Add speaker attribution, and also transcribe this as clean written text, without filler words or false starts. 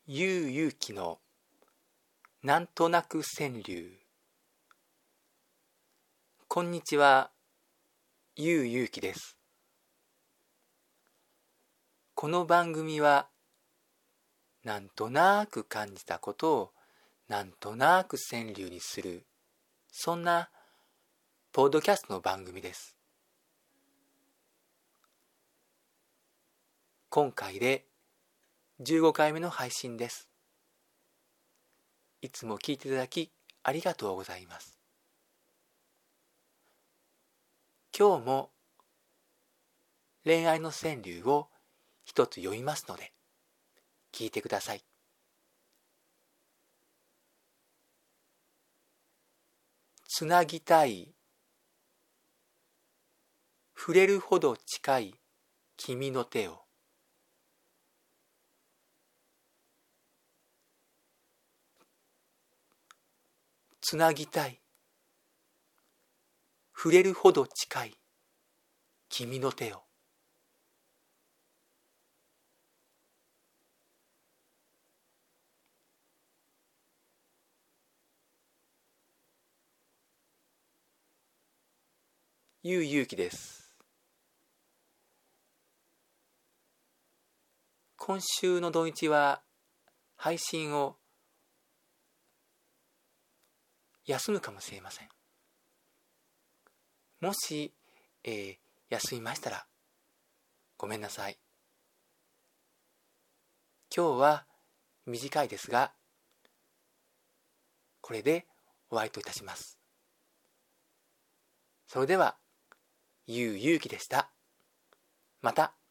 Speaker 1: ゆうゆうきのなんとなく川柳。こんにちは、ゆうゆうきです。この番組はなんとなく感じたことをなんとなく川柳にする、そんなポッドキャストの番組です。今回で15回目の配信です。いつも聞いていただきありがとうございます。今日も恋愛の川柳を一つ読みますので聞いてください。つなぎたい、触れるほど近い君の手を。つなぎたい、触れるほど近い君の手を。ゆうゆうきです。今週の土日は配信を休むかもしれません。もし、休みましたらごめんなさい。今日は短いですが、これで終わりといたします。それでは、ゆうゆうきでした。また。